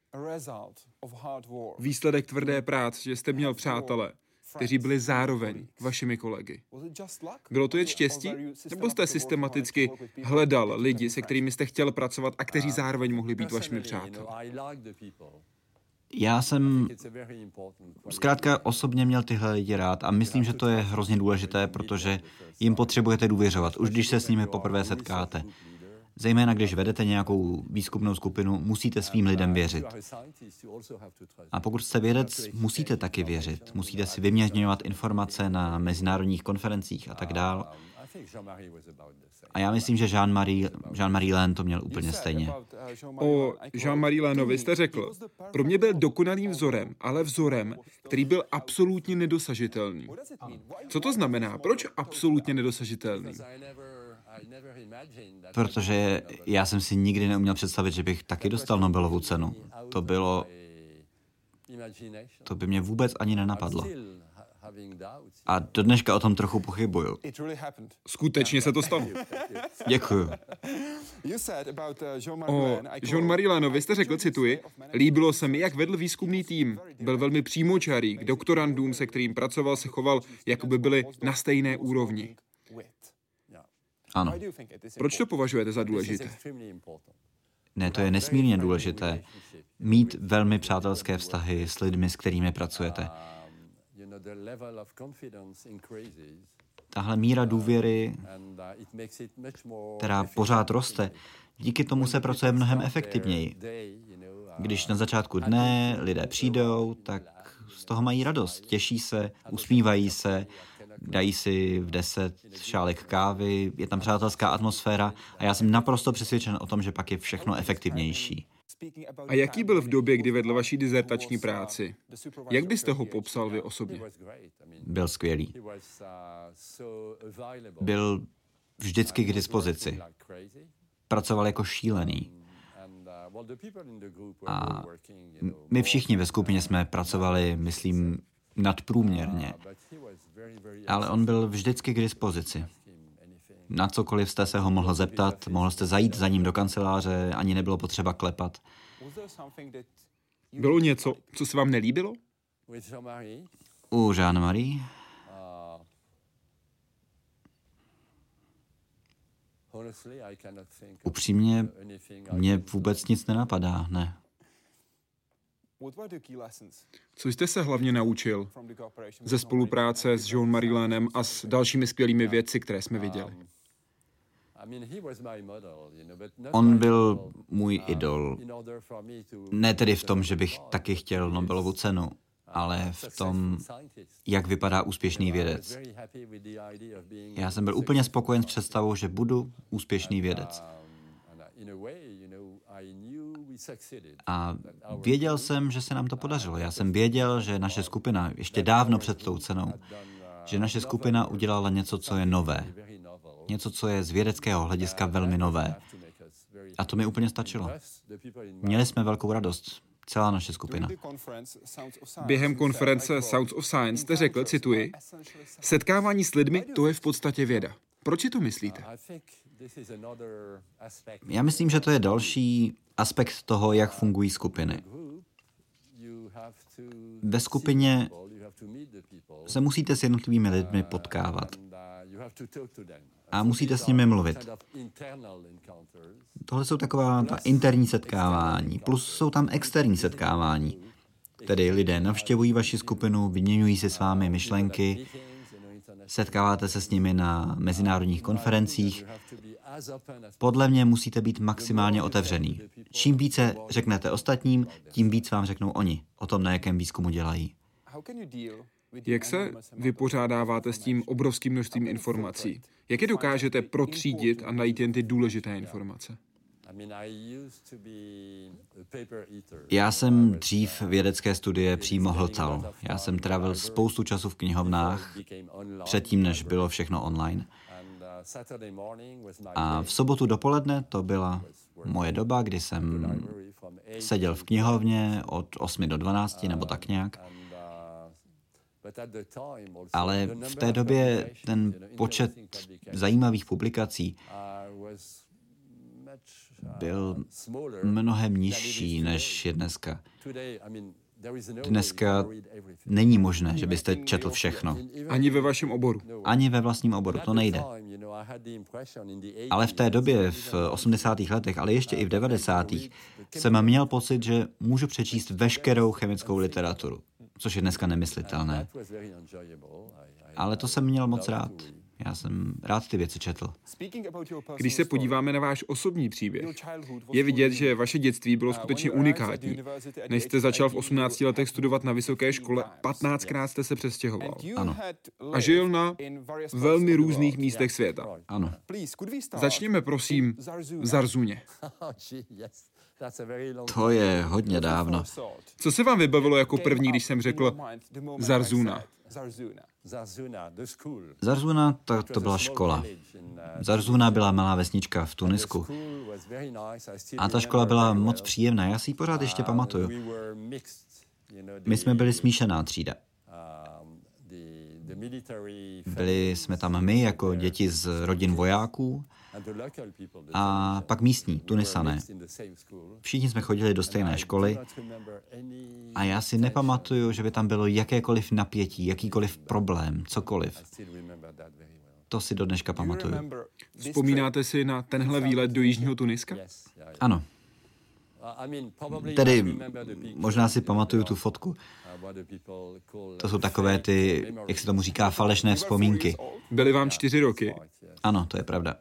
výsledek tvrdé práce, že jste měl přátele, kteří byli zároveň vašimi kolegy? Bylo to jen štěstí? Nebo jste systematicky hledal lidi, se kterými jste chtěl pracovat a kteří zároveň mohli být vašimi přáteli? Já jsem zkrátka osobně měl tyhle lidi rád a myslím, že to je hrozně důležité, protože jim potřebujete důvěřovat, už když se s nimi poprvé setkáte. Zejména když vedete nějakou výzkumnou skupinu, musíte svým lidem věřit. A pokud jste vědec, musíte taky věřit. Musíte si vyměňovat informace na mezinárodních konferencích a tak dál. A já myslím, že Jean-Marie, Jean-Marie Laine to měl úplně stejně. O Jean-Marie Lainovi jste řekl, pro mě byl dokonalým vzorem, ale vzorem, který byl absolutně nedosažitelný. Co to znamená? Proč absolutně nedosažitelný? Protože já jsem si nikdy neuměl představit, že bych taky dostal Nobelovu cenu. To bylo... To by mě vůbec ani nenapadlo. A do dneška o tom trochu pochybuju. Skutečně se to stalo. Děkuju. O Jean-Marie Lainovi jste řekl, cituji, líbilo se mi, jak vedl výzkumný tým. Byl velmi přímočarý, k doktorandům, se kterým pracoval, se choval, jako by byli na stejné úrovni. Ano. Proč to považujete za důležité? Ne, to je nesmírně důležité. Mít velmi přátelské vztahy s lidmi, s kterými pracujete. Tahle míra důvěry, která pořád roste, díky tomu se pracuje mnohem efektivněji. Když na začátku dne lidé přijdou, tak z toho mají radost, těší se, usmívají se, dají si v deset šálek kávy, je tam přátelská atmosféra a já jsem naprosto přesvědčen o tom, že pak je všechno efektivnější. A jaký byl v době, kdy vedl vaši dizertační práci? Jak byste ho popsal vy osobně? Byl skvělý. Byl vždycky k dispozici. Pracoval jako šílený. A my všichni ve skupině jsme pracovali, myslím, nadprůměrně. Ale on byl vždycky k dispozici. Na cokoliv jste se ho mohl zeptat, mohl jste zajít za ním do kanceláře, ani nebylo potřeba klepat. Bylo něco, co se vám nelíbilo? U Jean-Marie? Upřímně, mně vůbec nic nenapadá, ne. Co jste se hlavně naučil ze spolupráce s Jean-Marie Lainem a s dalšími skvělými vědci, které jsme viděli? On byl můj idol. Ne tedy v tom, že bych taky chtěl Nobelovu cenu, ale v tom, jak vypadá úspěšný vědec. Já jsem byl úplně spokojen s představou, že budu úspěšný vědec. A věděl jsem, že se nám to podařilo. Já jsem věděl, že naše skupina, ještě dávno před tou cenou, že naše skupina udělala něco, co je nové. Něco, co je z vědeckého hlediska velmi nové. A to mi úplně stačilo. Měli jsme velkou radost. Celá naše skupina. Během konference Sounds of Science jste řekl, cituji, setkávání s lidmi, to je v podstatě věda. Proč si to myslíte? Já myslím, že to je další aspekt toho, jak fungují skupiny. Ve skupině se musíte s jednotlivými lidmi potkávat. A musíte s nimi mluvit. Tohle jsou taková ta interní setkávání, plus jsou tam externí setkávání. Tedy lidé navštěvují vaši skupinu, vyměňují si s vámi myšlenky, setkáváte se s nimi na mezinárodních konferencích. Podle mě musíte být maximálně otevřený. Čím více řeknete ostatním, tím víc vám řeknou oni o tom, na jakém výzkumu dělají. Jak se vypořádáváte s tím obrovským množstvím informací? Jak je dokážete protřídit a najít jen ty důležité informace? Já jsem dřív vědecké studie přímo hltal. Já jsem trávil spoustu času v knihovnách, předtím, než bylo všechno online. A v sobotu dopoledne to byla moje doba, kdy jsem seděl v knihovně od osmi do dvanácti nebo tak nějak. Ale v té době ten počet zajímavých publikací byl mnohem nižší, než je dneska. Dneska není možné, že byste četl všechno. Ani ve vašem oboru. Ani ve vlastním oboru, to nejde. Ale v té době, v osmdesátých letech, ale ještě i v devadesátých jsem měl pocit, že můžu přečíst veškerou chemickou literaturu, což je dneska nemyslitelné. Ale to jsem měl moc rád. Já jsem rád ty věci četl. Když se podíváme na váš osobní příběh, je vidět, že vaše dětství bylo skutečně unikátní. Než jste začal v osmnácti letech studovat na vysoké škole, patnáctkrát jste se přestěhoval. Ano. A žil na velmi různých místech světa. Ano. Začněme, prosím, v Zarzuně. To je hodně dávno. Co se vám vybavilo jako první, když jsem řekl Zarzuna? Zarzuna, to, to byla škola. Zarzuna byla malá vesnička v Tunisku. A ta škola byla moc příjemná, já si ji pořád ještě pamatuju. My jsme byli smíšená třída. Byli jsme tam my jako děti z rodin vojáků a pak místní, Tunisané. Všichni jsme chodili do stejné školy a já si nepamatuju, že by tam bylo jakékoliv napětí, jakýkoliv problém, cokoliv. To si do dneška pamatuju. Vzpomínáte si na tenhle výlet do jižního Tuniska? Ano. Tedy možná si pamatuju tu fotku. To jsou takové ty, jak se tomu říká, falešné vzpomínky. Byly vám čtyři roky? Ano, to je pravda.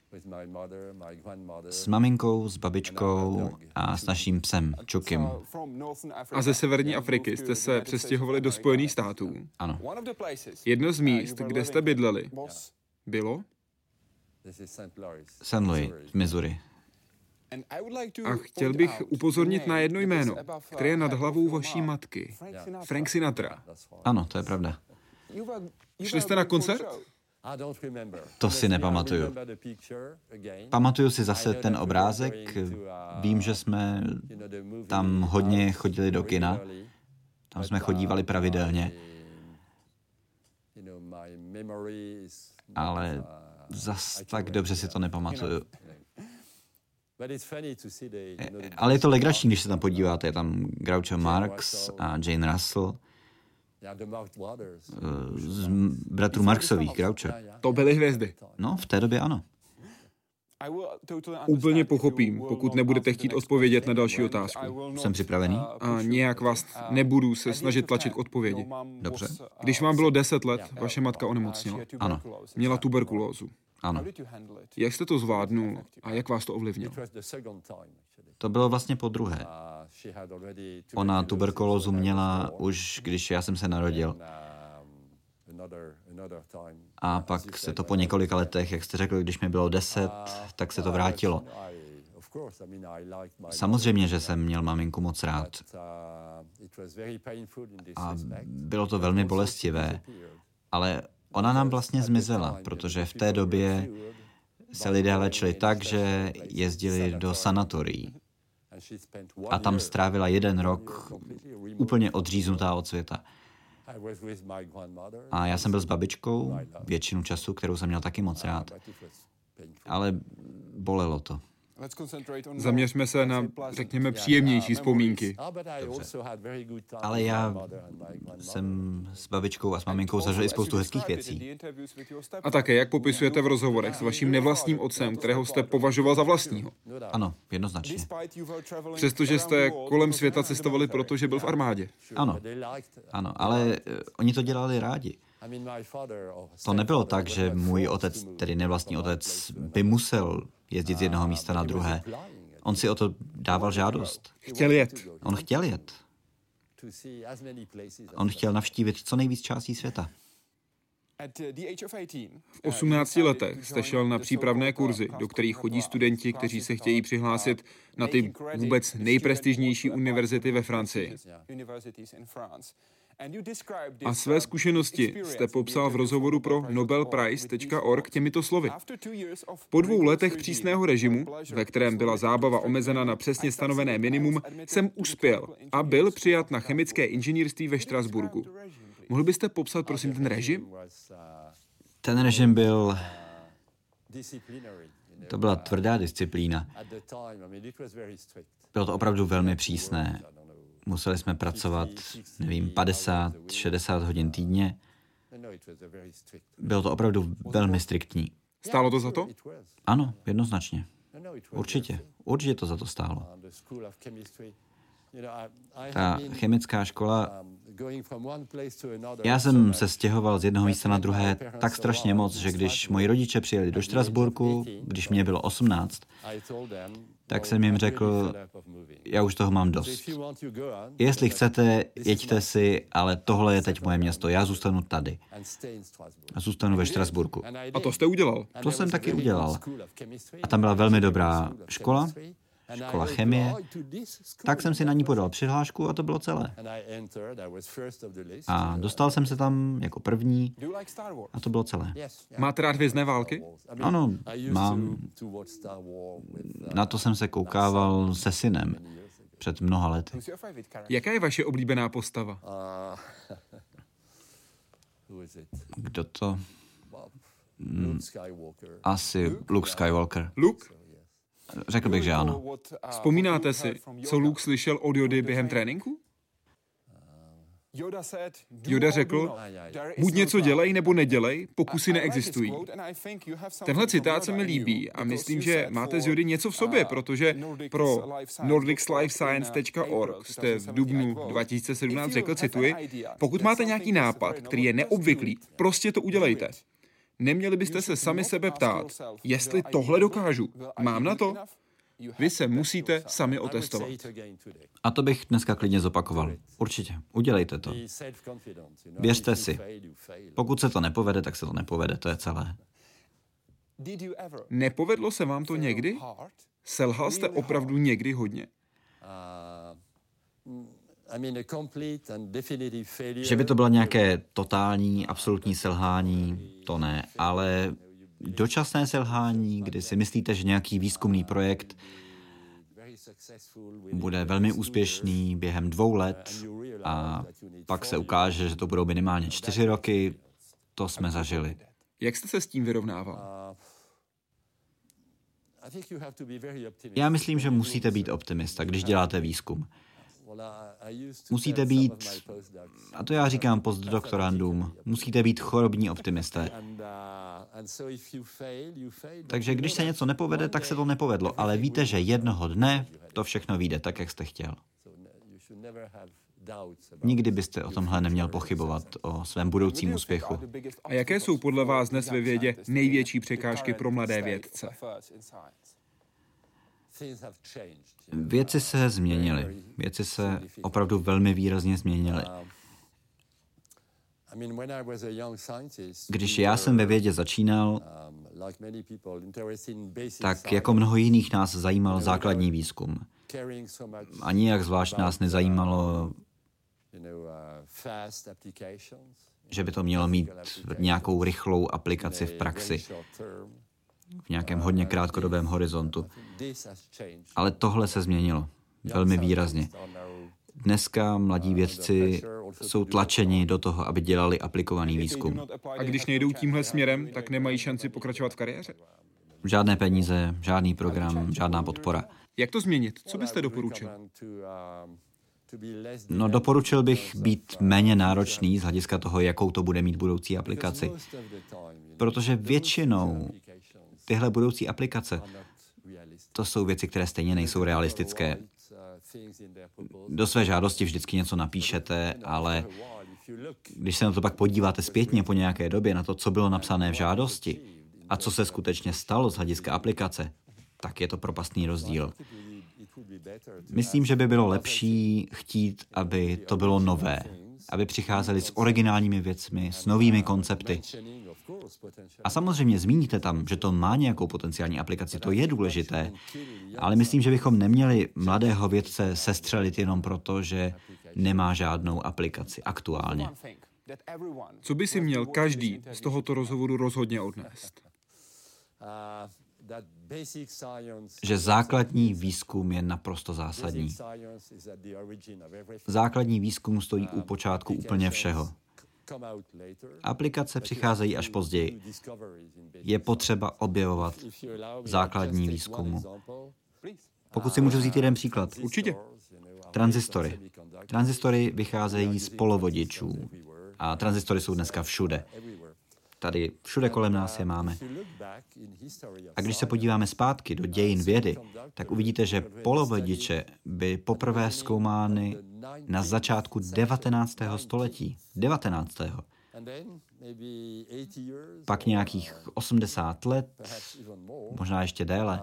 S maminkou, s babičkou a s naším psem, Čukim. A ze severní Afriky jste se přestěhovali do Spojených států? Ano. Jedno z míst, kde jste bydleli, bylo? Saint Louis, v Missouri. A chtěl bych upozornit na jedno jméno, které je nad hlavou vaší matky. Frank Sinatra. Ano, to je pravda. Šli jste na koncert? To si nepamatuju. Pamatuju si zase ten obrázek. Vím, že jsme tam hodně chodili do kina. Tam jsme chodívali pravidelně. Ale zas tak dobře si to nepamatuju. Ale je to legrační, když se tam podíváte. Je tam Groucho Marx a Jane Russell. Z bratrů Marxových, Groucho. To byly hvězdy. No, v té době ano. Úplně pochopím, pokud nebudete chtít odpovědět na další otázku. Jsem připravený? A nějak vás nebudu se snažit tlačit k odpovědi. Dobře. Když vám bylo deset let, vaše matka onemocněla. Ano. Měla tuberkulózu. Ano. Jak jste to zvládnul a jak vás to ovlivnilo? To bylo vlastně po druhé. Ona tuberkulózu měla už, když já jsem se narodil. A pak se to po několika letech, jak jste řekl, když mi bylo deset, tak se to vrátilo. Samozřejmě, že jsem měl maminku moc rád. A bylo to velmi bolestivé, ale ona nám vlastně zmizela, protože v té době se lidé léčili tak, že jezdili do sanatorií. A tam strávila jeden rok úplně odříznutá od světa. A já jsem byl s babičkou většinu času, kterou jsem měl taky moc rád. Ale bolelo to. Zaměřme se na, řekněme, příjemnější vzpomínky. Ale já jsem s babičkou a s maminkou zažil i spoustu hezkých věcí. A také, jak popisujete v rozhovorech s vaším nevlastním otcem, kterého jste považoval za vlastního. Ano, jednoznačně. Přestože jste kolem světa cestovali, protože byl v armádě. Ano, ano, ale oni to dělali rádi. To nebylo tak, že můj otec, tedy nevlastní otec, by musel jezdit z jednoho místa na druhé. On si o to dával žádost. Chtěl jet. On chtěl jet. On chtěl navštívit co nejvíc částí světa. V osmnácti letech jste šel na přípravné kurzy, do kterých chodí studenti, kteří se chtějí přihlásit na ty vůbec nejprestižnější univerzity ve Francii. A své zkušenosti jste popsal v rozhovoru pro nobel prize tečka org těmito slovy. Po dvou letech přísného režimu, ve kterém byla zábava omezena na přesně stanovené minimum, jsem uspěl a byl přijat na chemické inženýrství ve Štrasburku. Mohl byste popsat, prosím, ten režim? Ten režim byl... To byla tvrdá disciplína. Bylo to opravdu velmi přísné. Museli jsme pracovat, nevím, padesát, šedesát hodin týdně. Bylo to opravdu velmi striktní. Stálo to za to? Ano, jednoznačně. Určitě. Určitě to za to stálo. Ta chemická škola... Já jsem se stěhoval z jednoho místa na druhé tak strašně moc, že když moji rodiče přijeli do Štrasburku, když mě bylo osmnáct, tak jsem jim řekl, já už toho mám dost. Jestli chcete, jeďte si, ale tohle je teď moje město, já zůstanu tady. A zůstanu ve Štrasburku. A to jste udělal? To jsem taky udělal. A tam byla velmi dobrá škola, škola chemie, tak jsem si na ní podal přihlášku a to bylo celé. A dostal jsem se tam jako první a to bylo celé. Máte rád Hvězdné války? Ano, mám. Na to jsem se koukával se synem před mnoha lety. Jaká je vaše oblíbená postava? Kdo to? Hmm, asi Luke Skywalker. Luke? Řekl bych, že ano. Vzpomínáte si, co Luke slyšel od Jody během tréninku? Yoda řekl, buď něco dělej nebo nedělej, pokusy neexistují. Tenhle citát se mi líbí a myslím, že máte z Jody něco v sobě, protože pro nordic life science tečka org jste v dubnu dva tisíce sedmnáct řekl, cituji, pokud máte nějaký nápad, který je neobvyklý, prostě to udělejte. Neměli byste se sami sebe ptát, jestli tohle dokážu, mám na to? Vy se musíte sami otestovat. A to bych dneska klidně zopakoval. Určitě. Udělejte to. Věřte si. Pokud se to nepovede, tak se to nepovede. To je celé. Nepovedlo se vám to někdy? Selhal jste opravdu někdy hodně? Že by to bylo nějaké totální, absolutní selhání, to ne, ale dočasné selhání, kdy si myslíte, že nějaký výzkumný projekt bude velmi úspěšný během dvou let a pak se ukáže, že to budou minimálně čtyři roky, to jsme zažili. Jak jste se s tím vyrovnával? Já myslím, že musíte být optimista, když děláte výzkum. Musíte být, a to já říkám postdoktorandům, musíte být chorobní optimisté. Takže když se něco nepovede, tak se to nepovedlo, ale víte, že jednoho dne to všechno vyjde tak, jak jste chtěl. Nikdy byste o tomhle neměl pochybovat, o svém budoucím úspěchu. A jaké jsou podle vás dnes ve vědě největší překážky pro mladé vědce? Věci se změnily. Věci se opravdu velmi výrazně změnily. Když já jsem ve vědě začínal, tak jako mnoho jiných nás zajímal základní výzkum. A nijak zvlášť nás nezajímalo, že by to mělo mít nějakou rychlou aplikaci v praxi, v nějakém hodně krátkodobém horizontu. Ale tohle se změnilo velmi výrazně. Dneska mladí vědci jsou tlačeni do toho, aby dělali aplikovaný výzkum. A když nejdou tímhle směrem, tak nemají šanci pokračovat v kariéře? Žádné peníze, žádný program, žádná podpora. Jak to změnit? Co byste doporučil? No, doporučil bych být méně náročný z hlediska toho, jakou to bude mít budoucí aplikaci. Protože většinou tyhle budoucí aplikace, to jsou věci, které stejně nejsou realistické. Do své žádosti vždycky něco napíšete, ale když se na to pak podíváte zpětně po nějaké době, na to, co bylo napsané v žádosti a co se skutečně stalo z hlediska aplikace, tak je to propastný rozdíl. Myslím, že by bylo lepší chtít, aby to bylo nové, aby přicházeli s originálními věcmi, s novými koncepty. A samozřejmě zmíníte tam, že to má nějakou potenciální aplikaci, to je důležité, ale myslím, že bychom neměli mladého vědce sestřelit jenom proto, že nemá žádnou aplikaci aktuálně. Co by si měl každý z tohoto rozhovoru rozhodně odnést? Že základní výzkum je naprosto zásadní. Základní výzkum stojí u počátku úplně všeho. Aplikace přicházejí až později. Je potřeba objevovat základní výzkumu. Pokud si můžu vzít jeden příklad. Určitě. Tranzistory. Tranzistory vycházejí z polovodičů. A tranzistory jsou dneska všude. Tady všude kolem nás je máme. A když se podíváme zpátky do dějin vědy, tak uvidíte, že polovodiče byly poprvé zkoumány na začátku devatenáctého století. devatenáctého Pak nějakých osmdesát let, možná ještě déle.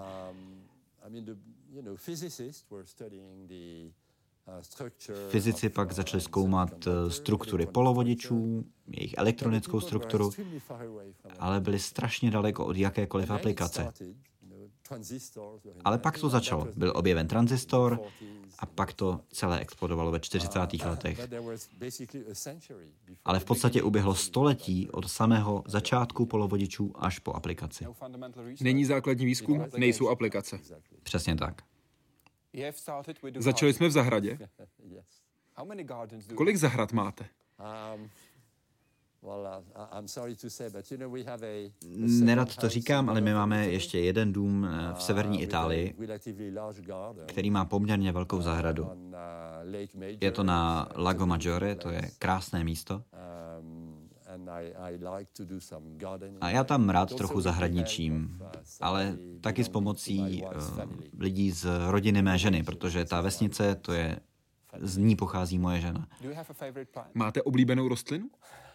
Fyzici pak začali zkoumat struktury polovodičů, jejich elektronickou strukturu, ale byli strašně daleko od jakékoliv aplikace. Ale pak to začalo. Byl objeven tranzistor a pak to celé explodovalo ve čtyřicátých letech. Ale v podstatě uběhlo století od samého začátku polovodičů až po aplikaci. Není základní výzkum, nejsou aplikace. Přesně tak. Začali jsme v zahradě. Kolik zahrad máte? Nerad to říkám, ale my máme ještě jeden dům v severní Itálii, který má poměrně velkou zahradu. Je to na Lago Maggiore, to je krásné místo. A já tam rád trochu zahradničím, ale taky s pomocí uh, lidí z rodiny mé ženy, protože ta vesnice, to je, z ní pochází moje žena. Máte oblíbenou rostlinu?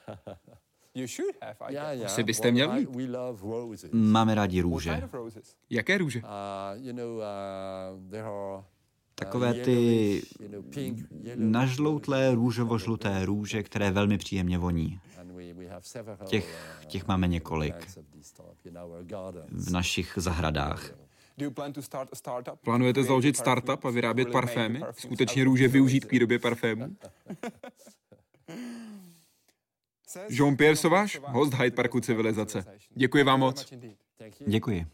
Asi byste měl mít. Máme rádi růže. Jaké růže? Takové ty nažloutlé růžovo-žluté růže, které velmi příjemně voní. Těch, těch máme několik v našich zahradách. Plánujete založit startup a vyrábět parfémy? Skutečně růže využít k výrobě parfémů? Jean-Pierre Sauvage, host Hyde Parku civilizace. Děkuji vám moc. Děkuji.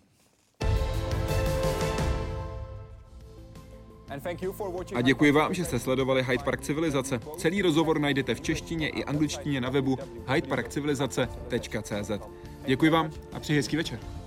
A děkuji vám, že jste sledovali Hyde Park civilizace. Celý rozhovor najdete v češtině i angličtině na webu hyde park civilizace tečka cé zet. Děkuji vám a přeji hezký večer.